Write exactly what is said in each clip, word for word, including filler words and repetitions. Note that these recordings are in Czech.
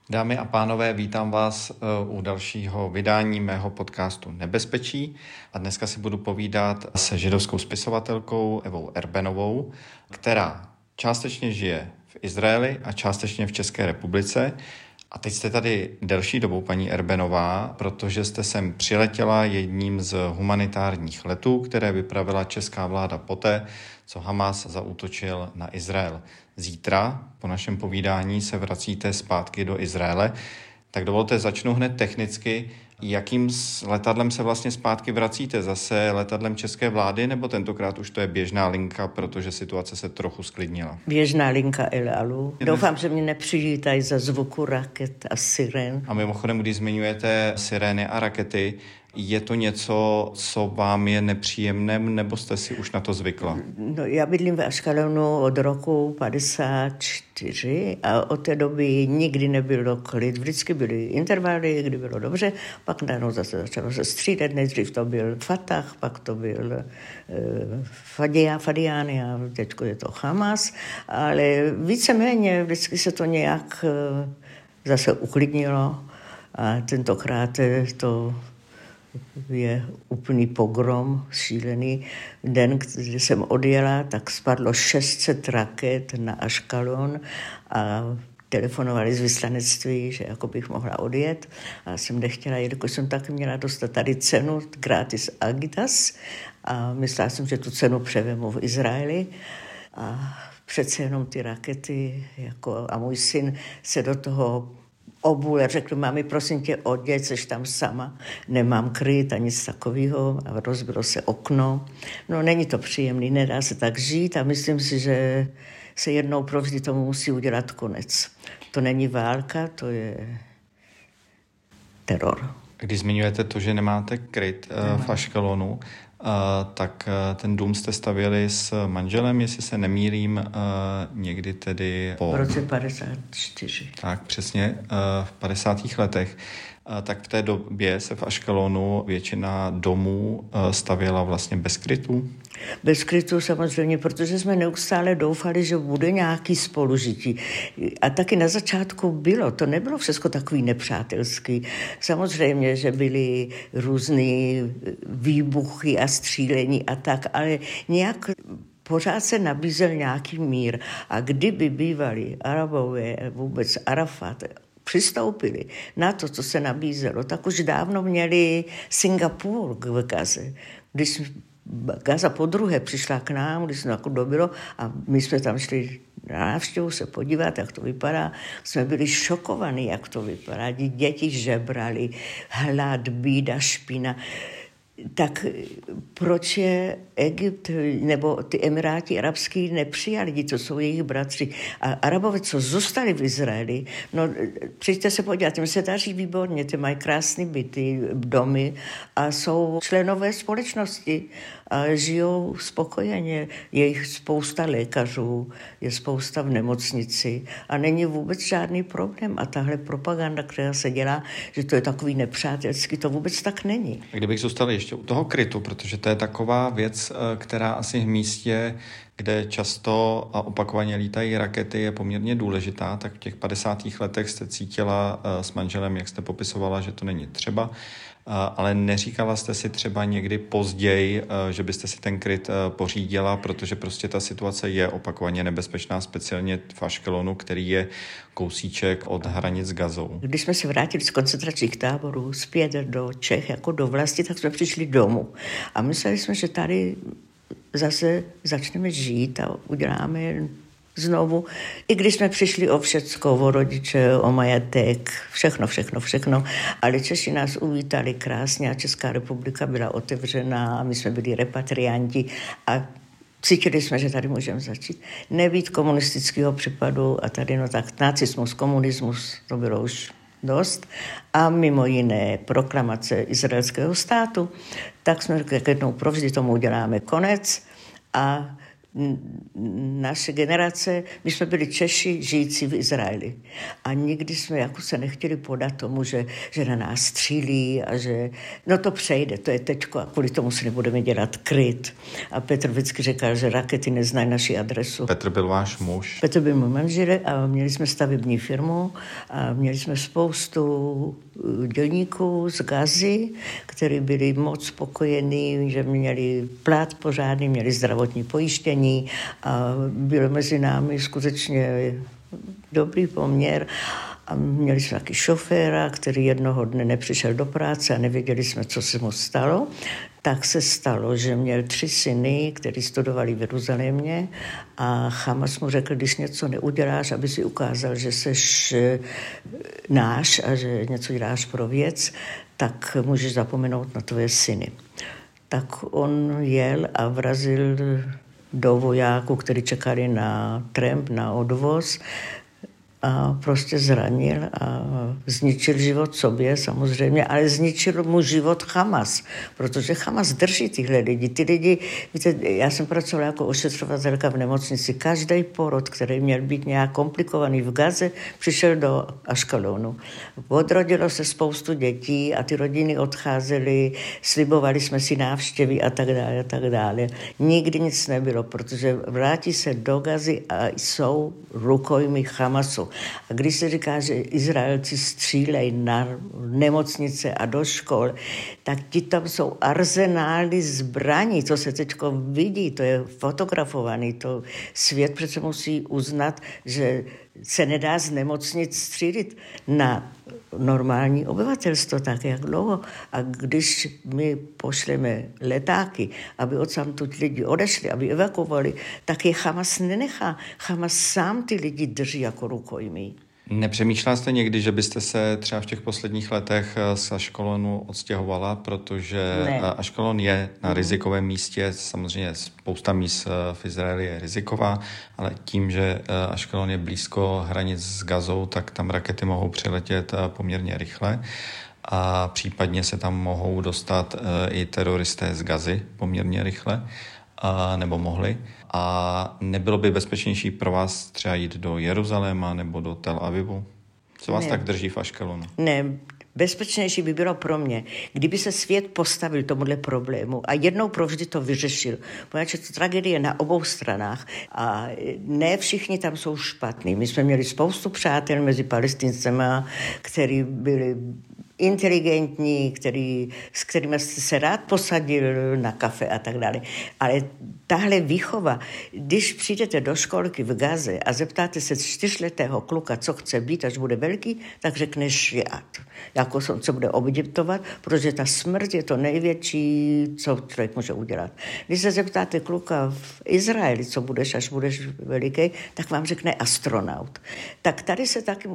Dámy a pánové, vítám vás u dalšího vydání mého podcastu Nebezpečí a dneska si budu povídat se židovskou spisovatelkou Evou Erbenovou, která částečně žije v Izraeli a částečně v České republice. A teď jste tady delší dobu, paní Erbenová, protože jste sem přiletěla jedním z humanitárních letů, které vypravila česká vláda poté, co Hamas zaútočil na Izrael. Zítra po našem povídání se vracíte zpátky do Izraele, tak dovolte začnu hned technicky. Jakým letadlem se vlastně zpátky vracíte? Zase letadlem české vlády, nebo tentokrát už to je běžná linka, protože situace se trochu sklidnila? Běžná linka El Alu. Doufám, že mě nepřivítají za zvuku raket a siren. A mimochodem, když zmiňujete sirény a rakety, je to něco, co vám je nepříjemné, nebo jste si už na to zvykla? No, já bydlím ve Aškalonu od roku padesát čtyři a od té doby nikdy nebylo klid. Vždycky byly intervaly, kdy bylo dobře, pak najednou zase začalo se střílet. Nejdřív to byl Fatah, pak to byl uh, Fadia, Fadiány a teď je to Hamas, ale víceméně vždycky se to nějak uh, zase uklidnilo a tentokrát to je úplný pogrom, šílený. Den, kdy jsem odjela, tak spadlo šest set raket na Aškalon a telefonovali z vyslanectví, že jako bych mohla odjet. A jsem nechtěla, jelikož jsem taky měla dostat tady cenu gratis Agitas a myslela jsem, že tu cenu převemu v Izraeli. A přece jenom ty rakety, jako, a můj syn se do toho obul a řekl, mami, prosím tě, odjeď, seš tam sama, nemám kryt a nic takového a rozbilo se okno. No, není to příjemný, nedá se tak žít a myslím si, že se jednou provždy tomu musí udělat konec. To není válka, to je teror. Když zmiňujete to, že nemáte kryt uh, v Aškalonu, Uh, tak uh, ten dům jste stavěli s manželem, jestli se nemýlím, uh, někdy tedy po... V roce padesát čtyři. Tak, přesně, uh, v padesátých letech. Uh, tak v té době se v Aškalonu většina domů uh, stavěla vlastně bez krytu? Bez krytu samozřejmě, protože jsme neustále doufali, že bude nějaký spolužití. A taky na začátku bylo, to nebylo všechno takový nepřátelský. Samozřejmě, že byly různý výbuchy a střílení a tak, ale nějak pořád se nabízel nějaký mír. A kdyby bývali Arabové, vůbec Arafat, přistoupili na to, co se nabízelo, tak už dávno měli Singapur v Gaze. Když Gaza podruhé přišla k nám, když se jako dobilo a my jsme tam šli na návštěvu se podívat, jak to vypadá. Jsme byli šokovaní, jak to vypadá. Děti žebrali, hlad, bída, špína. Tak proč je Egypt nebo ty Emiráti arabský nepřijali, to jsou jejich bratři. A Arabové, co zůstali v Izraeli, no přijďte se podívat, těm se daří výborně, ty mají krásné byty, domy a jsou členové společnosti a žijou spokojeně. Je jich spousta lékařů, je spousta v nemocnici a není vůbec žádný problém. A tahle propaganda, která se dělá, že to je takový nepřátelský, to vůbec tak není. A kdybych zůstal ještě u toho krytu, protože to je taková věc, která asi v místě, kde často a opakovaně lítají rakety, je poměrně důležitá, tak v těch padesátých letech jste cítila s manželem, jak jste popisovala, že to není třeba, ale neříkala jste si třeba někdy později, že byste si ten kryt pořídila, protože prostě ta situace je opakovaně nebezpečná, speciálně v Aškelonu, který je kousíček od hranic s Gazou. Když jsme se vrátili z koncentračních táborů zpět do Čech, jako do vlasti, tak jsme přišli domů. A mysleli jsme, že tady zase začneme žít a uděláme znovu. I když jsme přišli o všecko, o rodiče, o majetek, všechno, všechno, všechno. Ale Češi nás uvítali krásně a Česká republika byla otevřená a my jsme byli repatrianti a cítili jsme, že tady můžeme začít. Nebýt komunistického případu a tady no tak nacismus, komunismus, to bylo už dost. A mimo jiné proklamace izraelského státu, tak jsme řekli, jak jednou provždy tomu uděláme konec a naše generace, my jsme byli Češi žijící v Izraeli a nikdy jsme jako se nechtěli podat tomu, že, že na nás střílí a že no to přejde, to je teďko a kvůli tomu si nebudeme dělat kryt. A Petr vždycky říkal, že rakety neznají naši adresu. Petr byl váš muž? Petr byl můj manžel a měli jsme stavební firmu a měli jsme spoustu dělníků z Gazy, kteří byli moc spokojení, že měli plat pořádný, měli zdravotní pojištění a byl mezi námi skutečně dobrý poměr. A měli jsme taky šoféra, který jednoho dne nepřišel do práce a nevěděli jsme, co se mu stalo. Tak se stalo, že měl tři syny, kteří studovali v Jeruzalémě a Hamas mu řekl, když něco neuděláš, aby si ukázal, že seš náš a že něco děláš pro věc, tak můžeš zapomenout na tvoje syny. Tak on jel a vrazil do vojáků, kteří čekali na tramp, na odvoz, a prostě zranil a zničil život sobě samozřejmě, ale zničil mu život Hamas, protože Hamas drží tyhle lidi. Ty lidi, víte, já jsem pracovala jako ošetřovatelka v nemocnici. Každý porod, který měl být nějak komplikovaný v Gaze, přišel do Aškelonu. Odrodilo se spoustu dětí a ty rodiny odcházely, slibovali jsme si návštěvy a tak dále, a tak dále. Nikdy nic nebylo, protože vrátí se do Gazy a jsou rukojmí Hamasu. A když se říká, že Izraelci střílejí na nemocnice a do škol, tak ti tam jsou arzenály zbraní, to se teďko vidí, to je fotografovaný, to svět přece musí uznat, že se nedá z nemocnic střílit na normální obyvatelstvo, tak jak dlouho. A když my pošleme letáky, aby odsamtud lidi odešli, aby evakuovali, tak je Hamas nenechá. Hamas sám ty lidi drží jako rukojmí. Nepřemýšlela jste někdy, že byste se třeba v těch posledních letech z Aškelonu odstěhovala, protože ne. Aškelon je na rizikovém místě, samozřejmě spousta míst v Izraeli je riziková, ale tím, že Aškelon je blízko hranic s Gazou, tak tam rakety mohou přiletět poměrně rychle a případně se tam mohou dostat i teroristé z Gazy poměrně rychle, a, nebo mohli. A nebylo by bezpečnější pro vás třeba jít do Jeruzaléma nebo do Tel Avivu? Co vás ne. tak drží v Aškelonu? Ne, bezpečnější by bylo pro mě, kdyby se svět postavil tomuhle problému a jednou provždy to vyřešil. Protože to tragédie na obou stranách a ne všichni tam jsou špatní. My jsme měli spoustu přátel mezi Palestincema, kteří byli inteligentní, který, s kterými jste se rád posadil na kafe a tak dále. Ale tahle výchova, když přijdete do školky v Gaze a zeptáte se čtyřletého kluka, co chce být, až bude velký, tak řekne žijat. Jako se bude obdivovat, protože ta smrt je to největší, co člověk může udělat. Když se zeptáte kluka v Izraeli, co budeš, až budeš veliký, tak vám řekne astronaut. Tak tady se taky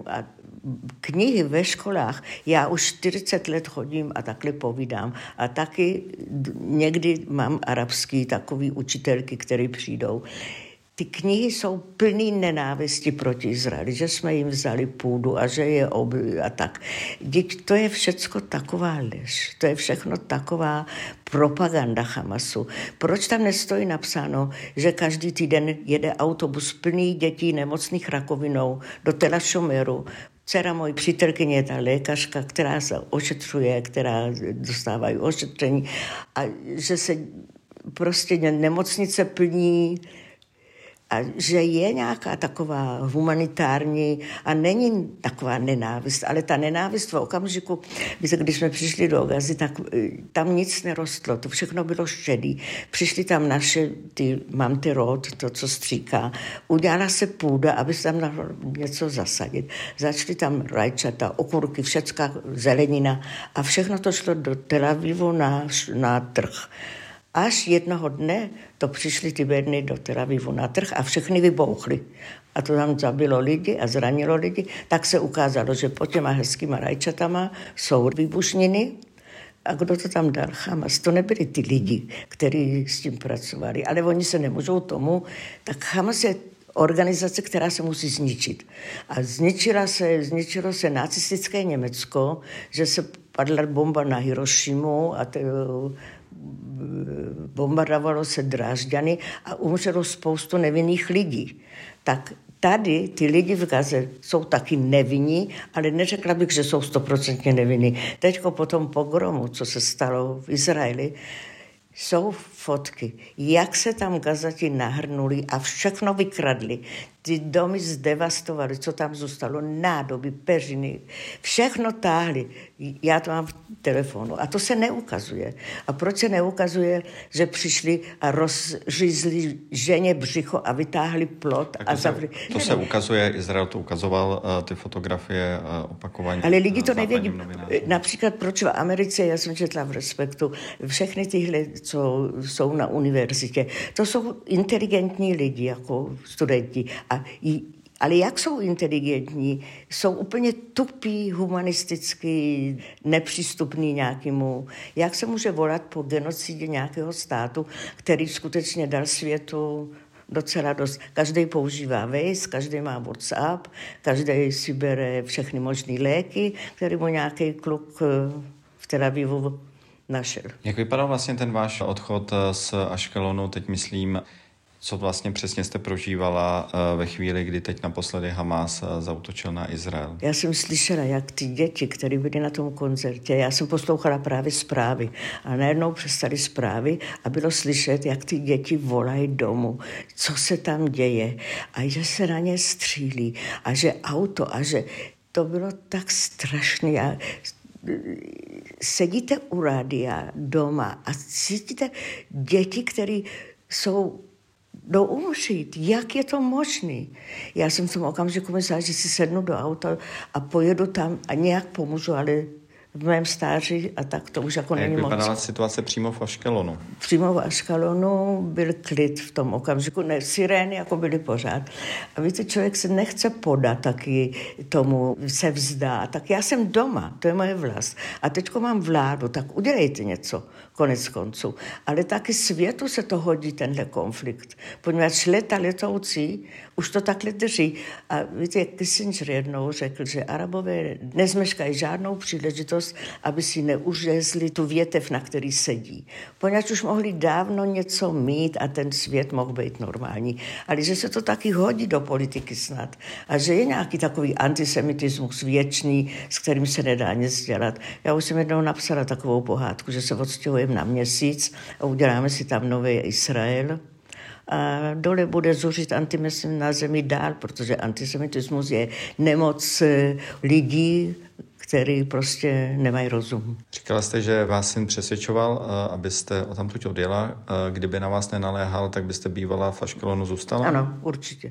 knihy ve školách, já už čtyřicet let chodím a takhle povídám a taky někdy mám arabský takový učitelky, které přijdou. Ty knihy jsou plný nenávisti proti Izraeli, že jsme jim vzali půdu a že je obli a tak. To je všecko taková lež, to je všechno taková propaganda Hamasu. Proč tam nestojí napsáno, že každý týden jede autobus plný dětí nemocných rakovinou do Tel Šomeru? Dcera mojí přítelkyně je ta lékařka, která se ošetřuje, která dostávají ošetření a že se prostě nemocnice plní a že je nějaká taková humanitární a není taková nenávist, ale ta nenávist v okamžiku, když jsme přišli do Gazy, tak tam nic nerostlo, to všechno bylo šedý. Přišli tam naše, ty, mám ty rod, to, co stříká, udělala se půda, aby se tam dalo něco zasadit. Začali tam rajčata, okurky, všecká zelenina a všechno to šlo do Tel Avivu na, na trh. Až jednoho dne to přišli ty bedny do Tel Avivu na trh a všechny vybouchly. A to tam zabilo lidi a zranilo lidi. Tak se ukázalo, že pod těma hezkýma rajčatama jsou výbušniny. A kdo to tam dal? Hamas. To nebyli ty lidi, kteří s tím pracovali. Ale oni se nemůžou tomu. Tak Hamas je organizace, která se musí zničit. A zničila se, zničilo se nacistické Německo, že se padla bomba na Hirošimu a to, bombardovalo se Drážďany a umřelo spoustu nevinných lidí. Tak tady ty lidi v Gaze jsou taky nevinní, ale neřekla bych, že jsou stoprocentně nevinní. Teďko po tom pogromu, co se stalo v Izraeli, jsou fotky, jak se tam Gazati nahrnuli a všechno vykradli. Ty domy zdevastovali, co tam zůstalo, nádoby, peřiny, všechno táhli. Já to mám v telefonu a to se neukazuje. A proč se neukazuje, že přišli a rozřízli ženě břicho a vytáhli plot tak a to zavřeli. Se, to se ukazuje, Izrael to ukazoval, ty fotografie opakovaně. Ale lidi to nevědí. Například proč v Americe, já jsem četla v Respektu, všechny tyhle, co jsou na univerzitě, to jsou inteligentní lidi, jako studenti. A, ale jak jsou inteligentní? Jsou úplně tupí, humanisticky, nepřístupní nějakému. Jak se může volat po genocidě nějakého státu, který skutečně dal světu docela dost. Každý používá Waze, každý má WhatsApp, každý si bere všechny možné léky, které mu nějaký kluk v Tel Avivu našel. Jak vypadal vlastně ten váš odchod z Aškelonu, teď myslím, co vlastně přesně jste prožívala ve chvíli, kdy teď naposledy Hamas zaútočil na Izrael? Já jsem slyšela, jak ty děti, které byly na tom koncertě, já jsem poslouchala právě zprávy a najednou přestali zprávy a bylo slyšet, jak ty děti volají domů, co se tam děje a že se na ně střílí a že auto a že to bylo tak strašné. A sedíte u rádia doma a cítíte děti, které jsou do umřít. Jak je to možné? Já jsem v tom okamžiku myslela, že si sednu do auta a pojedu tam a nějak pomůžu, ale v mém stáří a tak to už jako není moc. Jak vypadala situace přímo v Aškelonu? Přímo v Aškelonu byl klid v tom okamžiku. Ne, sirény jako byly pořád. A víte, člověk se nechce podat taky tomu, se vzdá. Tak já jsem doma, to je moje vlast. A teďko mám vládu, tak udělejte něco, konec konců. Ale taky světu se to hodí, tenhle konflikt. Poněvadž leta letoucí už to takhle drží. A víte, jak Kissinger jednou řekl, že Arabové nezmeškají žádnou příležitost, aby si neuřezli tu větev, na který sedí. Poněvadž už mohli dávno něco mít a ten svět mohl být normální. Ale že se to taky hodí do politiky snad. A že je nějaký takový antisemitismus věčný, s kterým se nedá nic dělat. Já už jsem jednou napsala takovou pohádku, že se odstěhujeme na měsíc a uděláme si tam nový Izrael. A dole bude zuřit antisemitismus na zemi dál, protože antisemitismus je nemoc lidí, který prostě nemají rozum. Říkala jste, že vás syn přesvědčoval, abyste odtamtud odjela. Kdyby na vás nenaléhal, tak byste bývala v Aškelonu zůstala? Ano, určitě.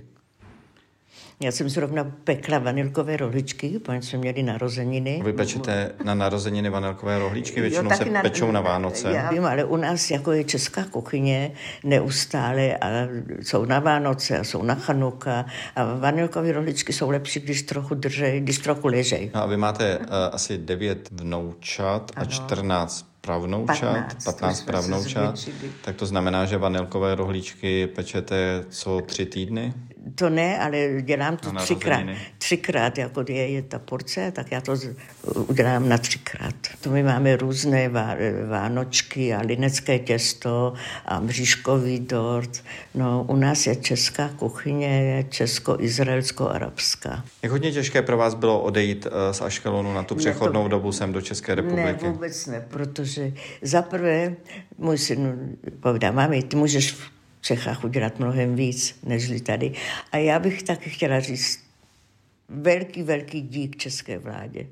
Já jsem zrovna pekla vanilkové rohličky, protože jsme měli narozeniny. Vy pečete na narozeniny vanilkové rohlíčky, většinou jo, se na, pečou na Vánoce. Já vím, ale u nás jako je česká kuchyně neustále a jsou na Vánoce a jsou na Chanuka a vanilkové rohličky jsou lepší, když trochu držej, když trochu ležej. No a vy máte uh, asi devět vnoučat a čtrnáct pravnoučat, patnáct pravnoučat, tak to znamená, že vanilkové rohlíčky pečete co tři týdny? To ne, ale dělám to třikrát. Třikrát, jako je, je ta porce, tak já to udělám na třikrát. To my máme různé vá, vánočky a linecké těsto a mřížkový dort. No, u nás je česká kuchyně, česko-izraelsko-arabská. Jak hodně těžké pro vás bylo odejít z Aškelonu na tu přechodnou ne, to, dobu sem do České republiky? Ne, vůbec ne, protože zaprvé můj syn povídá, mami, ty můžeš v Čechách udělat mnohem víc, nežli tady. A já bych taky chtěla říct velký, velký dík české vládě,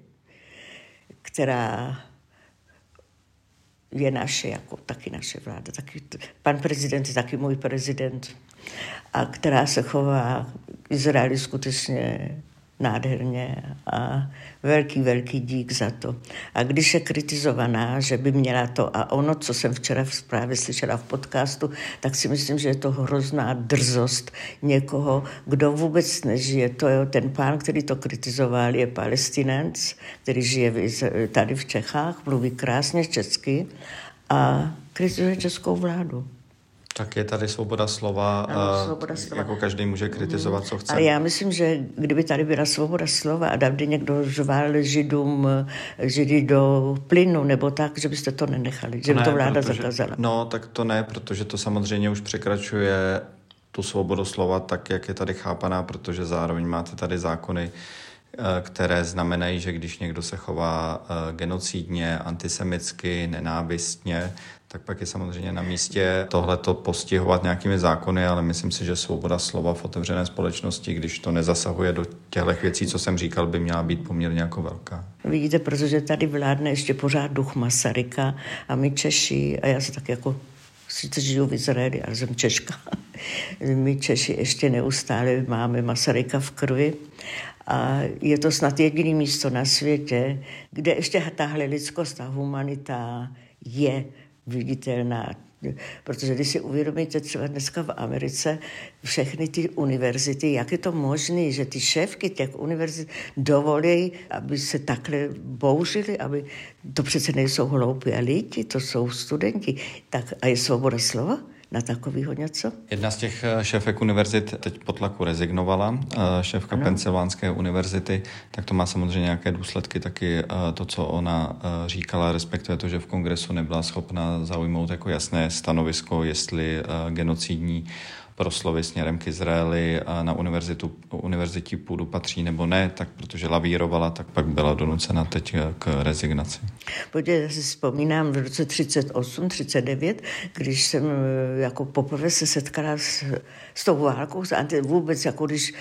která je naše, jako taky naše vláda. Taky, pan prezident je taky můj prezident. A která se chová k Izraeli skutečně nádherně a velký, velký dík za to. A když je kritizovaná, že by měla to a ono, co jsem včera v zprávě slyšela v podcastu, tak si myslím, že je to hrozná drzost někoho, kdo vůbec nežije. To je ten pán, který to kritizoval, je Palestinec, který žije tady v Čechách, mluví krásně česky a kritizuje českou vládu. Tak je tady svoboda slova, ano, svoboda slova. Jako každý může kritizovat, co chce. Ale já myslím, že kdyby tady byla svoboda slova a dávdy někdo žval Židům Židy do plynu nebo tak, že byste to nenechali, že by to vláda protože, zakázala. No, tak to ne, protože to samozřejmě už překračuje tu svobodu slova tak, jak je tady chápaná, protože zároveň máte tady zákony, které znamenají, že když někdo se chová genocidně, antisemitsky, nenávistně, tak pak je samozřejmě na místě tohleto postihovat nějakými zákony, ale myslím si, že svoboda slova v otevřené společnosti, když to nezasahuje do těchto věcí, co jsem říkal, by měla být poměrně jako velká. Vidíte, protože tady vládne ještě pořád duch Masaryka a my Češi, a já se tak jako sice žiju v Izraeli, ale jsem Češka. My Češi ještě neustále máme Masaryka v krvi a je to snad jediné místo na světě, kde ještě tahle lidskost, ta humanita je viditelná. Protože když si uvědomíte třeba dneska v Americe všechny ty univerzity, jak je to možné, že ty šéfky těch univerzit dovolí, aby se takhle bouřili, aby to přece nejsou hloupí lidi, to jsou studenti. Tak a je svoboda slova na takového něco? Jedna z těch šéfek univerzit teď po tlaku rezignovala, šéfka ano. Pensylvánské univerzity, tak to má samozřejmě nějaké důsledky, taky to, co ona říkala, respektive to, že v kongresu nebyla schopna zaujmout jako jasné stanovisko, jestli genocidní proslovy směrem k Izraeli a na univerzitu, univerzitě půdu patří nebo ne, tak protože lavírovala, tak pak byla donucena teď k rezignaci. Podívejte, já si vzpomínám v roce třicet osm třicet devět, když jsem jako poprvé se setkala s, s tou válkou, vůbec jako když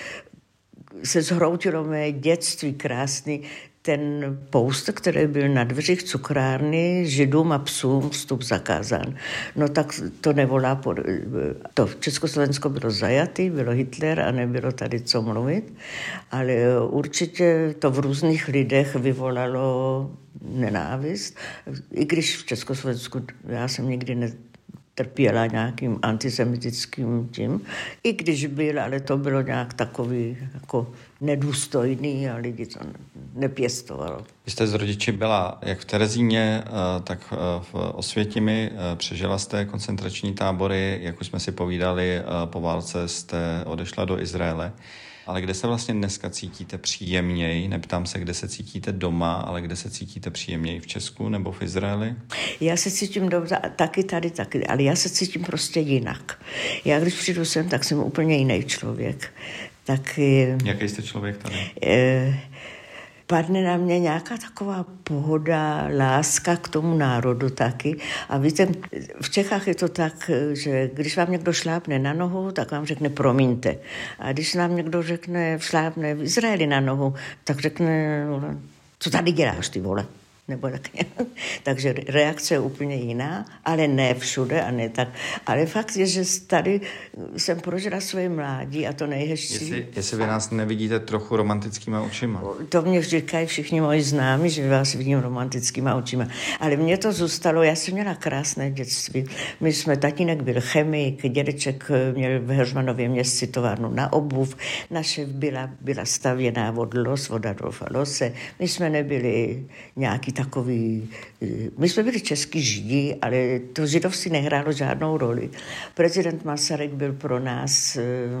se zhroutilo mé dětství krásný, ten poster, který byl na dveřích cukrárny, Židům a psům vstup zakázán. No tak to nevolá, pod, to Československo bylo zajatý, bylo Hitler a nebylo tady co mluvit, ale určitě to v různých lidech vyvolalo nenávist, i když v Československu já jsem nikdy ne trpěla nějakým antisemitickým tím, i když byl, ale to bylo nějak takový jako nedůstojný a lidi to nepěstovalo. Vy jste z rodiči byla jak v Terezíně, tak v Osvětimi, přežila jste koncentrační tábory, jak už jsme si povídali, po válce jste odešla do Izraele. Ale kde se vlastně dneska cítíte příjemněji? Neptám se, kde se cítíte doma, ale kde se cítíte příjemněji, v Česku nebo v Izraeli? Já se cítím dobře, taky tady, taky, ale já se cítím prostě jinak. Já když přijdu sem, tak jsem úplně jiný člověk. Tak, jaký jste člověk tady? E, padne na mě nějaká taková pohoda, láska k tomu národu taky. A víte, v Čechách je to tak, že když vám někdo šlápne na nohu, tak vám řekne promiňte. A když nám někdo řekne, šlápne v Izraeli na nohu, tak řekne, co tady děláš, ty vole? Nebo tak. Takže reakce je úplně jiná, ale ne všude a ne tak. Ale fakt je, že tady jsem prožila svoje mládí a to nejhezčí. Jestli, jestli vy nás nevidíte trochu romantickýma očima. To mě říkají všichni moji známi, že vás vidím romantickýma očima. Ale mně to zůstalo, já jsem měla krásné dětství. My jsme, tatínek byl chemik, dědeček měl v Heřmanově městci továrnu na obuv, naše byla, byla stavěná od Los, od Adolfa Lose. My jsme nebyli nějaký takový, my jsme byli český Židi, ale to židovství nehrálo žádnou roli. Prezident Masaryk byl pro nás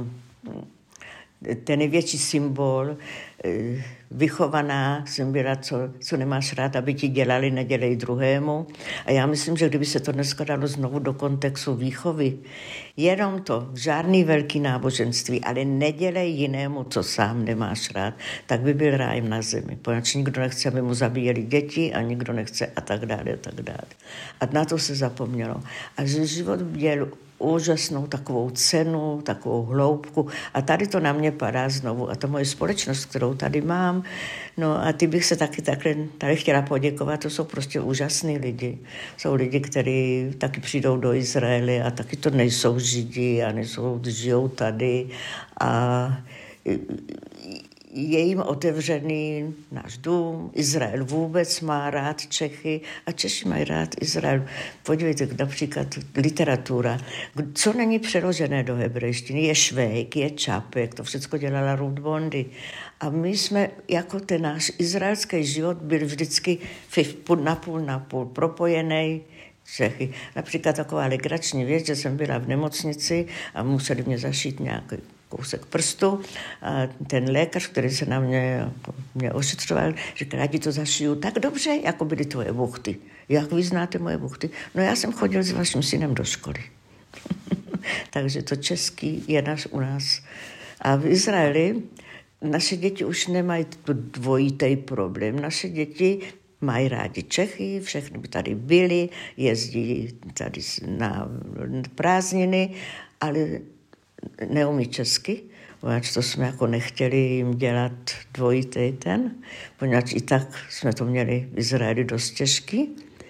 ten největší symbol, vychovaná jsem byla, co, co nemáš rád, aby ti dělali, nedělej druhému. A já myslím, že kdyby se to dneska dalo znovu do kontextu výchovy, jenom to, žádný velký náboženství, ale nedělej jinému, co sám nemáš rád, tak by byl ráj na zemi. Poněvadž nikdo nechce, aby mu zabíjeli děti a nikdo nechce a tak dále, a tak dále. A na to se zapomnělo. A že život měl úžasnou takovou cenu, takovou hloubku. A tady to na mě padá znovu. A ta moje společnost, kterou tady mám, no a ty bych se taky takhle tady chtěla poděkovat, to jsou prostě úžasní lidi. Jsou lidi, kteří taky přijdou do Izraele a taky to nejsou Židi a nejsou, žijou tady a je jim otevřený náš dům. Izrael vůbec má rád Čechy a Češi mají rád Izrael. Podívejte, například literatura. Co není přeložené do hebrejštiny? Je Švejk, je Čapek, to všechno dělala Ruth Bondy. A my jsme, jako ten náš izraelský život byl vždycky na půl na půl propojený Čechy. Například taková legrační věc, že jsem byla v nemocnici a museli mě zašít nějaký kousek prstu a ten lékař, který se na mě, mě ošetřoval, říkal, já ti to zašiju tak dobře, jako byly tvoje buchty. Jak vy znáte moje buchty? No já jsem chodil s vaším synem do školy. Takže to český je naš u nás. A v Izraeli naše děti už nemají tu dvojitý problém. Naše děti mají rádi Čechy, všechny by tady byli, jezdí tady na prázdniny, ale neumí česky, poněvadž to jsme jako nechtěli jim dělat dvojitý ten, poněvadž i tak jsme to měli v Izraeli dost těžký,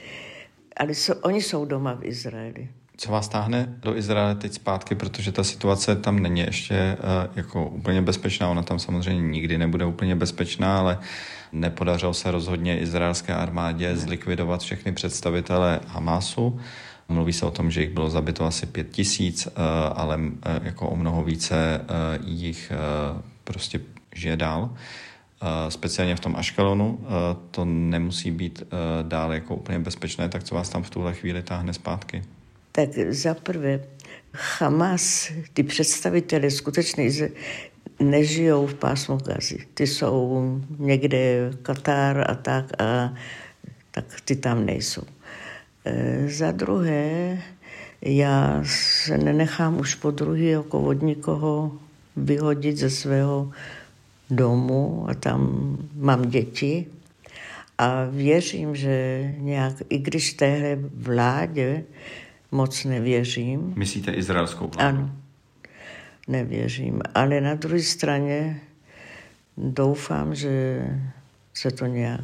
ale so, oni jsou doma v Izraeli. Co vás táhne do Izraele teď zpátky, protože ta situace tam není ještě uh, jako úplně bezpečná, ona tam samozřejmě nikdy nebude úplně bezpečná, ale nepodařilo se rozhodně izraelské armádě zlikvidovat všechny představitele Hamasu. Mluví se o tom, že jich bylo zabito asi pět tisíc, ale jako o mnoho více jich prostě žije dál. Speciálně v tom Aškelonu to nemusí být dál jako úplně bezpečné, tak co vás tam v tuhle chvíli táhne zpátky? Tak zaprvé Hamas, ty představitelé skutečně nežijou v pásmu Gazy. Ty jsou někde Katar a tak, a tak ty tam nejsou. E, za druhé, já se nenechám už po druhý jako od nikoho vyhodit ze svého domu a tam mám děti a věřím, že nějak, i když téhle vládě moc nevěřím. Myslíte izraelskou vládu? Ano, nevěřím, ale na druhé straně doufám, že se to nějak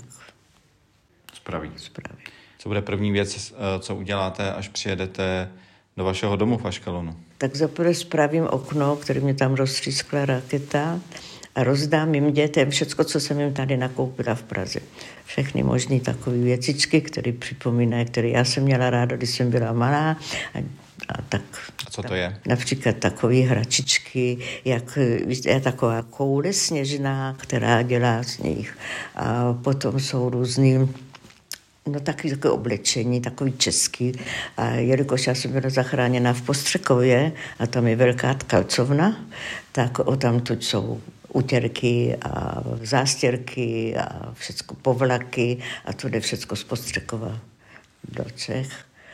spraví. spraví. Co bude první věc, co uděláte, až přijedete do vašeho domu v Aškelonu? Tak zaprvé spravím okno, které mě tam roztřískla raketa a rozdám jim dětem všecko, co jsem jim tady nakoupila v Praze. Všechny možné takové věcičky, které připomínají, které já jsem měla ráda, když jsem byla malá. A, a tak, a co to tak, je? Například takové hračičky, jak je taková koule sněžná, která dělá sníh. A potom jsou různý no taky takové oblečení, takový český. A jelikož já jsem byla zachráněna v Postřekově a tam je velká tkalcovna, tak o tamtud jsou utěrky a zástěrky a všecko povlaky a to jde všecko z Postřekova do Čech.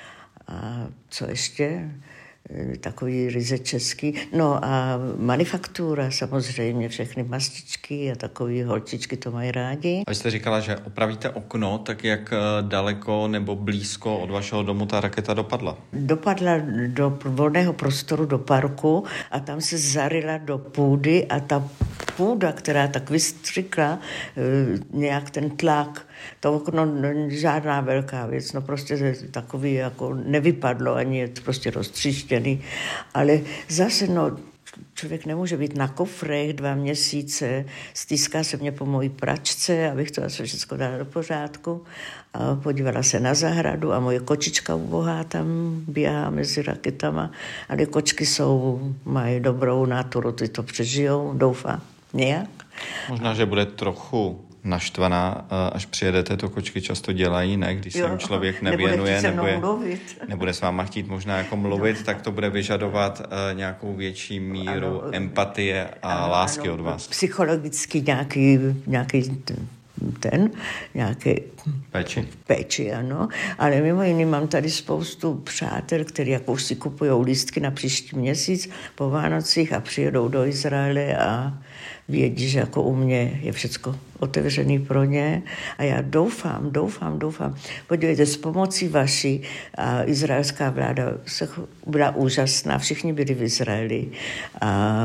A co ještě? Takový ryze český. No a manufaktura samozřejmě, všechny mastičky a takový holčičky to mají rádi. A vy jste říkala, že opravíte okno, tak jak daleko nebo blízko od vašeho domu ta raketa dopadla? Dopadla do volného prostoru, do parku a tam se zaryla do půdy a ta půda, která tak vystřikla nějak ten tlak, to okno žádná velká věc, no prostě takový jako nevypadlo, ani je prostě roztříštěný, ale zase no člověk nemůže být na kofrech dva měsíce, stýská se mě po mojí pračce, abych to zase všechno dala do pořádku a podívala se na zahradu a moje kočička ubohá tam běhá mezi raketama, ale kočky jsou, mají dobrou náturu, ty to přežijou, doufám, nějak. Možná, že bude trochu naštvaná, až přijedete, to kočky často dělají, ne? Když se jim člověk nevěnuje, nebude, nebude s váma chtít možná jako mluvit, no. Tak to bude vyžadovat uh, nějakou větší míru ano, empatie a ano, lásky ano, od vás. Psychologicky nějaký, nějaký ten, nějaký péči. péči, ano. Ale mimo jiný mám tady spoustu přátel, kteří jako už si kupují lístky na příští měsíc po Vánocích a přijedou do Izraele a vědí, že jako u mě je všecko otevřený pro ně a já doufám, doufám, doufám. Podívejte, s pomocí vaší a izraelská vláda se byla úžasná, všichni byli v Izraeli a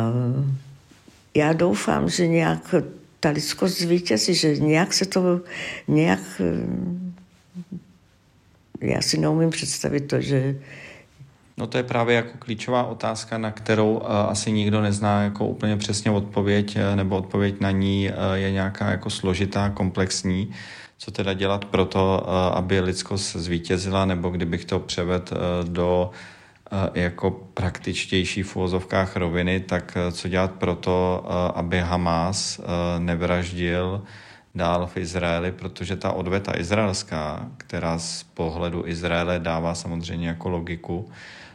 já doufám, že nějak ta lidskost zvítězí, že nějak se to, nějak, já si neumím představit to, že No to je právě jako klíčová otázka, na kterou uh, asi nikdo nezná jako úplně přesně odpověď, uh, nebo odpověď na ní uh, je nějaká jako složitá, komplexní. Co teda dělat pro to, uh, aby lidskost zvítězila, nebo kdybych to převedl uh, do uh, jako praktičtější v uvozovkách roviny, tak uh, co dělat pro to, uh, aby Hamas uh, nevraždil dál v Izraeli, protože ta odveta izraelská, která z pohledu Izraele dává samozřejmě jako logiku,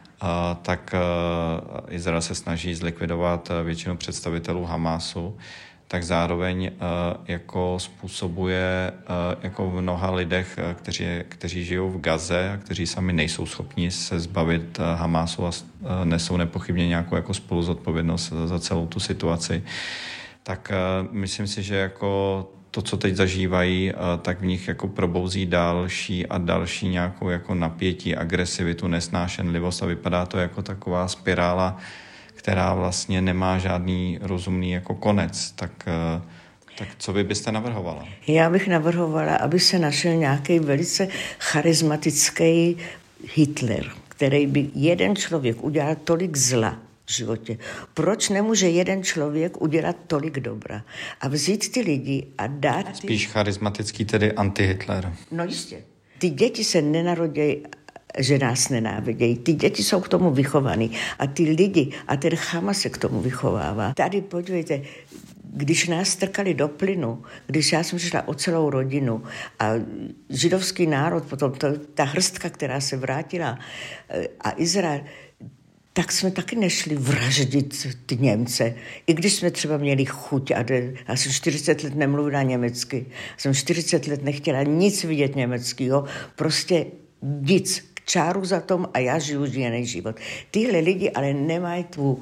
tak Izrael se snaží zlikvidovat většinu představitelů Hamásu, tak zároveň jako způsobuje jako v mnoha lidech, kteří, kteří žijou v Gaze a kteří sami nejsou schopni se zbavit Hamásu a nesou nepochybně nějakou jako spoluzodpovědnost za celou tu situaci. Tak myslím si, že jako to, co teď zažívají, tak v nich jako probouzí další a další nějakou jako napětí, agresivitu, nesnášenlivost a vypadá to jako taková spirála, která vlastně nemá žádný rozumný jako konec. Tak, tak co vy byste navrhovala? Já bych navrhovala, aby se našel nějaký velice charismatický Hitler, který by jeden člověk udělal tolik zla v životě. Proč nemůže jeden člověk udělat tolik dobra? A vzít ty lidi a dát... Ty... Spíš charismatický, tedy anti-Hitler. No jistě. Ty děti se nenarodějí, že nás nenávidějí. Ty děti jsou k tomu vychovaný. A ty lidi, a ten Hamas se k tomu vychovává. Tady podívejte, když nás strkali do plynu, když já jsem šla o celou rodinu a židovský národ, potom to, ta hrstka, která se vrátila a Izrael, tak jsme taky nešli vraždit ty Němce. I když jsme třeba měli chuť. A já jsem čtyřicet let nemluvila německy. Jsem čtyřicet let nechtěla nic vidět německého. Prostě nic. Čáru za tom a já žiju jiný život. Tyhle lidi ale nemají tu,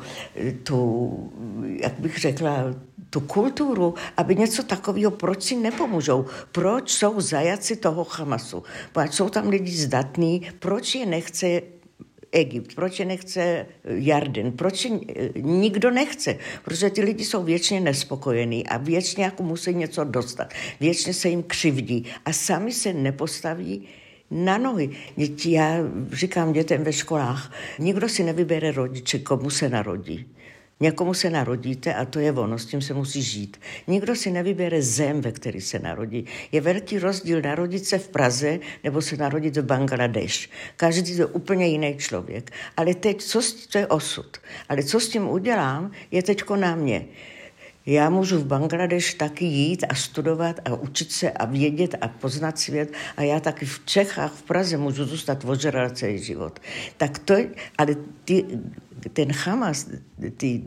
tu, jak bych řekla, tu kulturu, aby něco takového, proč si nepomůžou? Proč jsou zajaci toho Hamasu? Proč jsou tam lidi zdatní? Proč je nechce Egypt, proč je nechce Jarden, proč je nikdo nechce, protože ty lidi jsou věčně nespokojení a věčně jako musí něco dostat, věčně se jim křivdí a sami se nepostaví na nohy. Já říkám dětem ve školách, nikdo si nevybere rodiče, komu se narodí. Někomu se narodíte a to je ono, s tím se musí žít. Nikdo si nevybere zem, ve který se narodí. Je velký rozdíl narodit se v Praze nebo se narodit v Bangladeš. Každý je úplně jiný člověk. Ale teď, co, to je osud. Ale co s tím udělám, je teďko na mě. Já můžu v Bangladeš taky jít a studovat a učit se a vědět a poznat svět a já taky v Čechách, v Praze můžu zůstat ožralý celý život. Tak to, ale ty, ten Hamas, ty,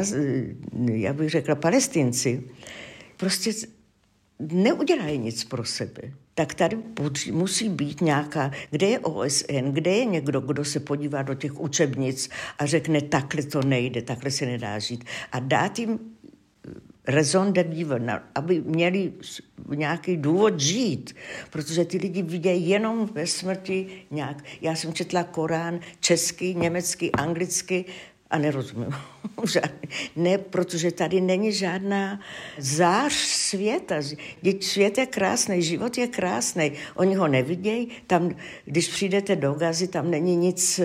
já bych řekla, Palestinci, prostě neudělají nic pro sebe. Tak tady musí být nějaká, kde je O S N, kde je někdo, kdo se podívá do těch učebnic a řekne, takhle to nejde, takhle se nedá žít. A dát jim raison de vivre, aby měli nějaký důvod žít, protože ty lidi vidějí jenom ve smrti nějak. Já jsem četla Korán česky, německy, anglicky a nerozumím. Ne, protože tady není žádná zář světa. Svět je krásný, život je krásný. Oni ho nevidějí. Tam, když přijdete do Gazy, tam není nic...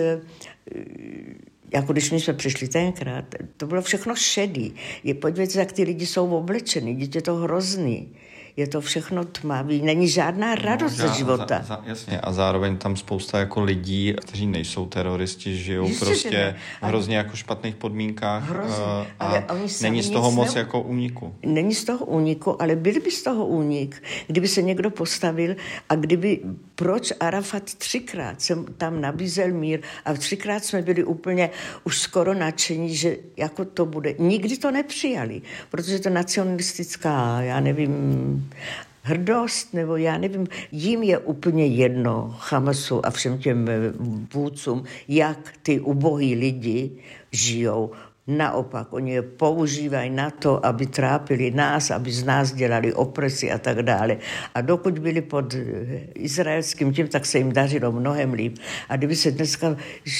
Jako když my jsme přišli tenkrát, to bylo všechno šedý. Je, podívejte, jak ty lidi jsou oblečení, je to hrozný. Je to všechno tmavý, není žádná radost no, ze života. Za, za, jasně, a zároveň tam spousta jako lidí, kteří nejsou teroristi, žijou Jistě, prostě v hrozně jako špatných podmínkách hrozně, a není z toho moc ne... jako úniku. Není z toho úniku, ale byl by z toho únik, kdyby se někdo postavil a kdyby, proč Arafat třikrát jsem tam nabízel mír a třikrát jsme byli úplně už skoro nadšení, že jako to bude. Nikdy to nepřijali, protože to nacionalistická, já nevím, hrdost, nebo já nevím, jim je úplně jedno, Hamasu a všem těm vůdcům, jak ty ubohý lidi žijou. Naopak, oni je používají na to, aby trápili nás, aby z nás dělali opresi a tak dále. A dokud byli pod izraelským tím, tak se jim dařilo mnohem líp. A kdyby se dneska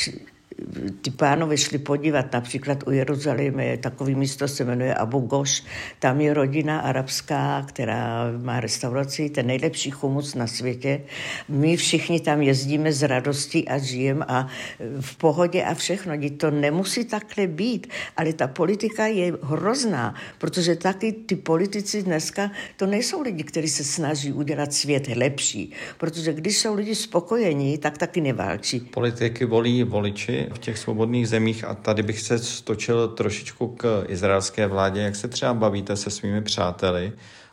ty pánové šli podívat, například u Jeruzaléma je takový místo, se jmenuje Abu Ghosh, tam je rodina arabská, která má restauraci, ten nejlepší chumus na světě. My všichni tam jezdíme z radostí a žijeme a v pohodě a všechno. To nemusí takhle být, ale ta politika je hrozná, protože taky ty politici dneska, to nejsou lidi, kteří se snaží udělat svět lepší, protože když jsou lidi spokojení, tak taky neválčí. Politiky volí voliči v těch svobodných zemích a tady bych se stočil trošičku k izraelské vládě. Jak se třeba bavíte se svými přáteli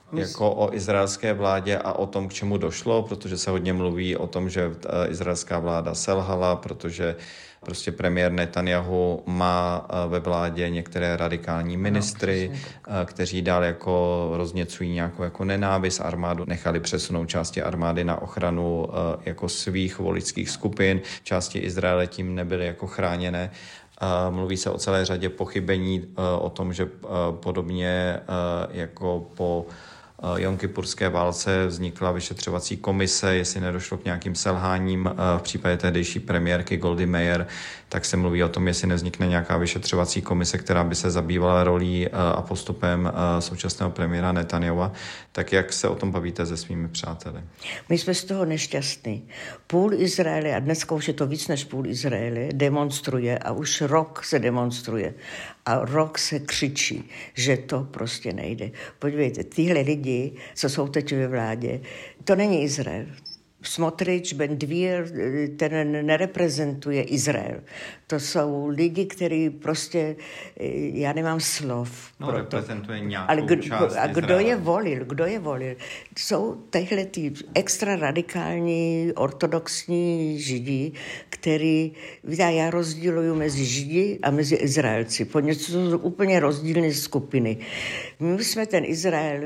jako o izraelské vládě a o tom, k čemu došlo, protože se hodně mluví o tom, že izraelská vláda selhala, protože prostě premiér Netanyahu má ve vládě některé radikální ministry, no, kteří dál jako rozněcují nějakou jako nenávist. Armádu nechali přesunout části armády na ochranu jako svých voličských skupin. Části Izraele tím nebyly jako chráněné. Mluví se o celé řadě pochybení, o tom, že podobně jako po Jomkipurské válce vznikla vyšetřovací komise, jestli nedošlo k nějakým selháním v případě tehdejší premiérky Goldy Meir, tak se mluví o tom, jestli nevznikne nějaká vyšetřovací komise, která by se zabývala rolí a postupem současného premiéra Netanyahua. Tak jak se o tom bavíte se svými přáteli? My jsme z toho nešťastní. Půl Izraele, a dneska už je to víc než půl Izraele, demonstruje a už rok se demonstruje. A rok se křičí, že to prostě nejde. Podívejte, tyhle lidi, co jsou teď ve vládě, to není Izrael. Smotrič, Ben-Gvir, ten nereprezentuje Izrael. To jsou lidi, kteří prostě, já nemám slov. No, reprezentuje nějakou ale kdo, část a kdo Izraele. je volil? Kdo je volil? Jsou tyhle ty extra radikální, ortodoxní židi, který, vidá, já rozděluju mezi židi a mezi Izraelci. Poněkud jsou úplně rozdílné skupiny. My jsme ten Izrael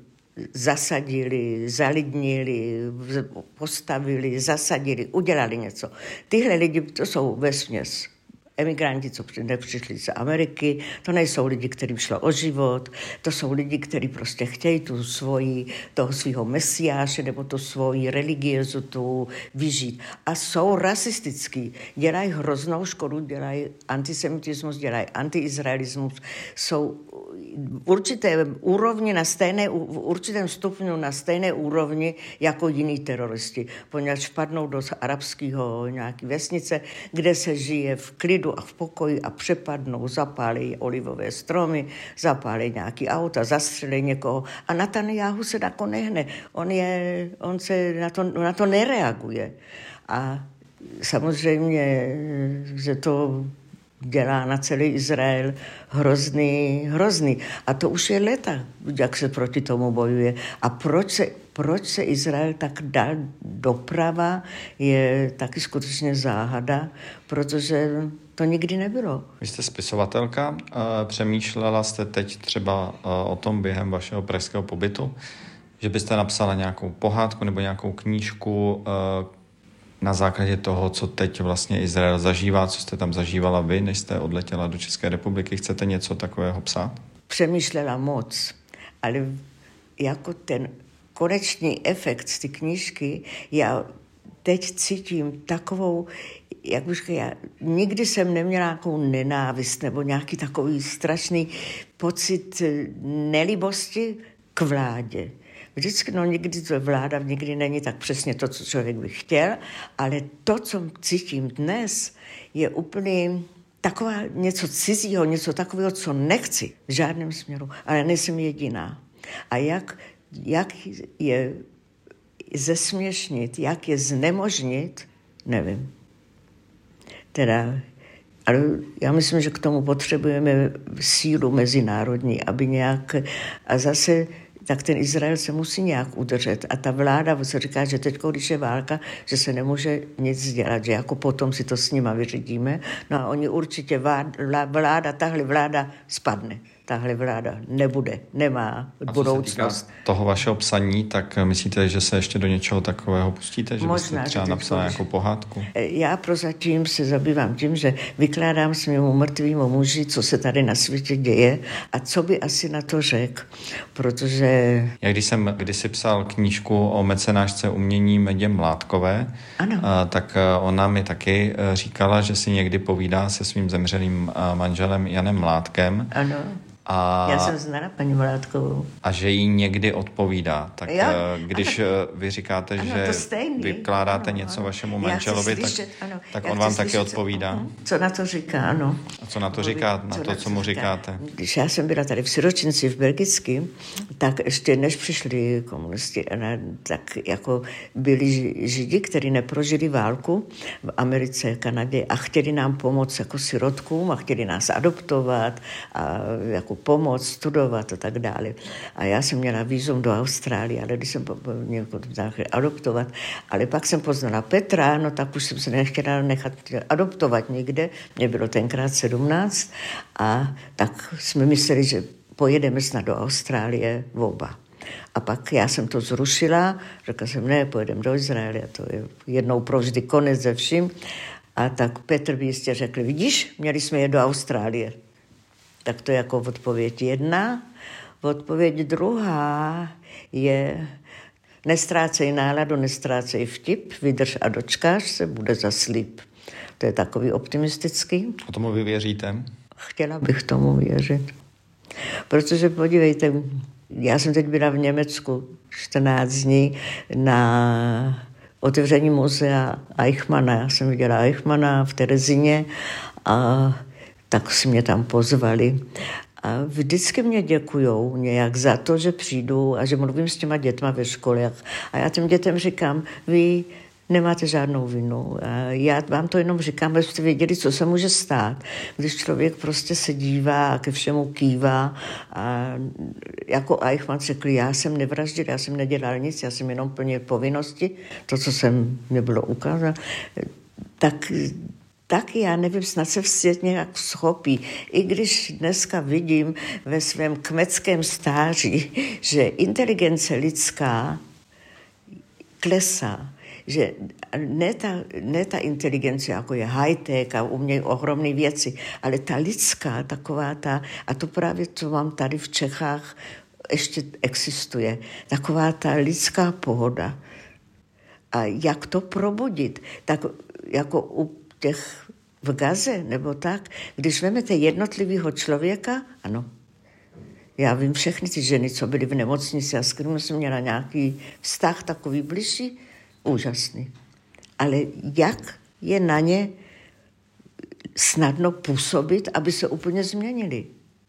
zasadili, zalidnili, postavili, zasadili, udělali něco. Tyhle lidi, to jsou vesměs emigranti, co nepřišli z Ameriky, to nejsou lidi, kterým šlo o život, to jsou lidi, kteří prostě chtějí tu svoji, toho svého mesiáše nebo tu svoji religiozitu vyžít. A jsou rasistický, dělají hroznou škodu, dělají antisemitismus, dělají antiizraelismus, jsou v určité úrovni na stejné, v určitém stupňu na stejné úrovni jako jiní teroristi, poněvadž vpadnou do arabského nějaké vesnice, kde se žije v klidu a v pokoji a přepadnou, zapálí olivové stromy, zapálí nějaký auta, zastřelí někoho a Netanyahu se tako nehne. On, je, on se na to, na to nereaguje. A samozřejmě, že to dělá na celý Izrael hrozný, hrozný. A to už je leta, jak se proti tomu bojuje. A proč se, proč se Izrael tak dal doprava, je taky skutečně záhada, protože to nikdy nebylo. Vy jste spisovatelka, přemýšlela jste teď třeba o tom během vašeho pražského pobytu, že byste napsala nějakou pohádku nebo nějakou knížku na základě toho, co teď vlastně Izrael zažívá, co jste tam zažívala vy, než jste odletěla do České republiky. Chcete něco takového psát? Přemýšlela moc, ale jako ten konečný efekt z té knížky, já teď cítím takovou, jak bych já nikdy jsem neměla nějakou nenávist nebo nějaký takový strašný pocit nelibosti k vládě. Vždycky, no někdy to vláda, někdy není tak přesně to, co člověk by chtěl, ale to, co cítím dnes, je úplně taková něco cizího, něco takového, co nechci v žádném směru, ale nejsem jediná. A jak, jak je zesměšnit, jak je znemožnit, nevím. Teda, ale já myslím, že k tomu potřebujeme sílu mezinárodní, aby nějak, a zase tak ten Izrael se musí nějak udržet. A ta vláda se říká, že teď, když je válka, že se nemůže nic dělat, že jako potom si to s nima vyřídíme. No a oni určitě, vláda, vláda tahle vláda spadne. Tahle vláda nebude, nemá budoucnost. A co se týká toho vašeho psaní, tak myslíte, že se ještě do něčeho takového pustíte? Že Možná, byste třeba napsala nějakou pohádku? Já prozatím se zabývám tím, že vykládám svému mrtvému muži, co se tady na světě děje a co by asi na to řekl, protože... Já když jsem kdysi psal knížku o mecenášce umění Medě Mládkové, ano. tak ona mi taky říkala, že si někdy povídá se svým zemřelým manželem Janem Mládkem. Ano. A, já jsem znala paní Mládkovou. A že jí někdy odpovídá. Tak jo? Když ano, vy říkáte, ano, že vykládáte ano, něco ano. vašemu manželovi, slyšet, tak, ano. tak on vám taky odpovídá. Co, co na to říká, ano. A co na to říká, na co to, na co mu říkáte? Když já jsem byla tady v Siročinci v Belgicky, tak ještě než přišli komunisti, tak jako byli židi, kteří neprožili válku v Americe, Kanadě a chtěli nám pomoct jako sirotkům a chtěli nás adoptovat a jako pomoct, studovat a tak dále. A já jsem měla vízum do Austrálie, ale když jsem někoho adoptovat, ale pak jsem poznala Petra, no tak už jsem se nechtěla nechat adoptovat nikde, mě bylo tenkrát sedmnáct a tak jsme mysleli, že pojedeme snad do Austrálie oba. A pak já jsem to zrušila, řekla jsem, ne, pojedeme do Izraele, a to je jednou provždy konec ze vším. A tak Petr by jistě řekl, vidíš, měli jsme je do Austrálie. Tak to je jako odpověď jedna. Odpověď druhá je, nestrácej náladu, nestrácej vtip, vydrž a dočkáš se, bude zas líp. To je takový optimistický. A tomu vy věříte? Chtěla bych tomu věřit. Protože podívejte, já jsem teď byla v Německu čtrnáct dní na otevření muzea Eichmanna. Já jsem viděla Eichmanna v Terezíně a tak si mě tam pozvali. A vždycky mě děkujou nějak za to, že přijdu a že mluvím s těma dětma ve školách. A já těm dětem říkám, vy nemáte žádnou vinu. A já vám to jenom říkám, abyste věděli, co se může stát, když člověk prostě se dívá a ke všemu kývá. A jako Eichmann řekl, já jsem nevraždil, já jsem nedělal nic, já jsem jenom plnil povinnosti, to, co jsem mě bylo ukázat. Tak tak já nevím, snad se svět nějak schopí. I když dneska vidím ve svém kmeckém stáří, že inteligence lidská klesá, že ne ta, ne ta inteligence, jako je high-tech a umějí ohromné věci, ale ta lidská, taková ta, a to právě, co mám tady v Čechách, ještě existuje, taková ta lidská pohoda. A jak to probudit? Tak jako u těch v Gaze, nebo tak, když vezmete jednotlivého člověka, ano, já vím všechny ty ženy, co byly v nemocnici a s kterými jsem měla nějaký vztah takový bližší, úžasný. Ale jak je na ně snadno působit, aby se úplně změnili?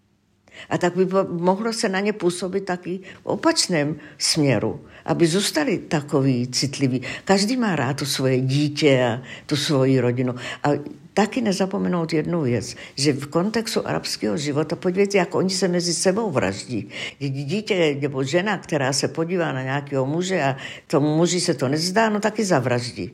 A tak by mohlo se na ně působit taky v opačném směru, aby zůstali takový citliví. Každý má rád to svoje dítě a tu svoji rodinu. A taky nezapomenout jednu věc, že v kontextu arabského života, podívejte, jak oni se mezi sebou vraždí. Dítě nebo žena, která se podívá na nějakého muže a tomu muži se to nezdá, no taky zavraždí.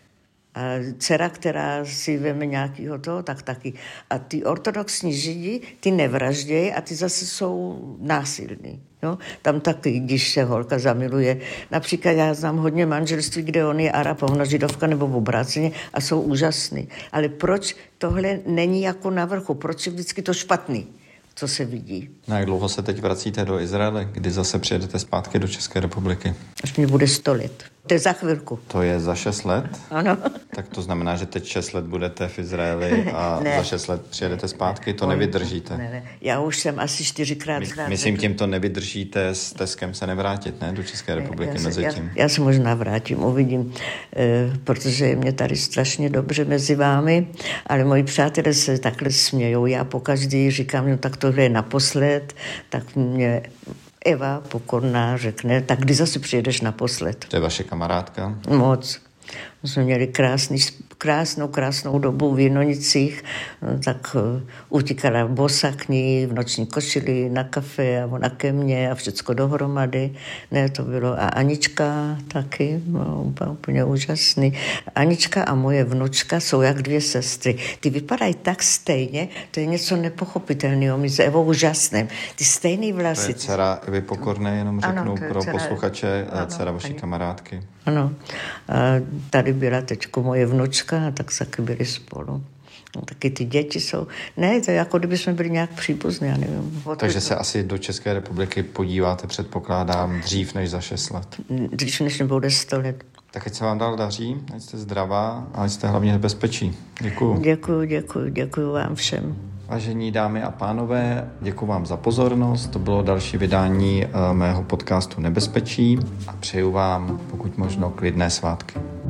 A dcera, která si veme nějakého toho, tak taky. A ty ortodoxní židi, ty nevraždějí a ty zase jsou násilní. Jo? Tam taky, když se holka zamiluje. Například já znám hodně manželství, kde on je Arab a ona židovka nebo v obráceně a jsou úžasný. Ale proč tohle není jako na vrchu? Proč je vždycky to špatný, co se vidí? Na jak dlouho se teď vracíte do Izraele? Kdy zase přijedete zpátky do České republiky? Až mě bude sto let. To je za chvilku. To je za šest let? Ano. Tak to znamená, že teď šest let budete v Izraeli a ne. Za šest let přijedete zpátky? To On, nevydržíte? Ne, ne. Já už jsem asi čtyřikrát... My, myslím, tím to nevydržíte s Teskem se nevrátit, ne? Do České republiky já mezi se, tím. Já, já se možná vrátím, uvidím, e, protože je mě tady strašně dobře mezi vámi, ale moji přátelé se takhle smějou. Já pokaždý říkám, no tak tohle je naposled, tak mě... Eva Pokorná řekne, tak kdy zase přijedeš naposled? To je vaše kamarádka? Moc. My jsme měli krásný, krásnou, krásnou dobu v Jinonicích, no, tak uh, utíkala bosa k ní v noční košili na kafe a ona ke mně a všecko dohromady. Ne, to bylo. A Anička taky, no, úplně úžasný. Anička a moje vnučka jsou jak dvě sestry. Ty vypadají tak stejně, to je něco nepochopitelného. My s Evou úžasným. Ty stejný vlasy. To je dcera Evy Pokorné, jenom řeknu ano, pro dcera, posluchače, ano, dcera vaší ani kamarádky. Ano. A tady byla teďko moje vnučka, tak se taky byli spolu. No, taky ty děti jsou... Ne, to je jako kdyby jsme byli nějak příbuzní, já nevím. Takže se asi do České republiky podíváte, předpokládám, dřív než za šest let. Dřív než nebude sto let. Tak ať se vám dál daří, ať jste zdravá a ať jste hlavně bezpečí. Děkuju. Děkuju, děkuju, děkuju vám všem. Vážení dámy a pánové, děkuji vám za pozornost. To bylo další vydání mého podcastu Nebezpečí a přeju vám pokud možno klidné svátky.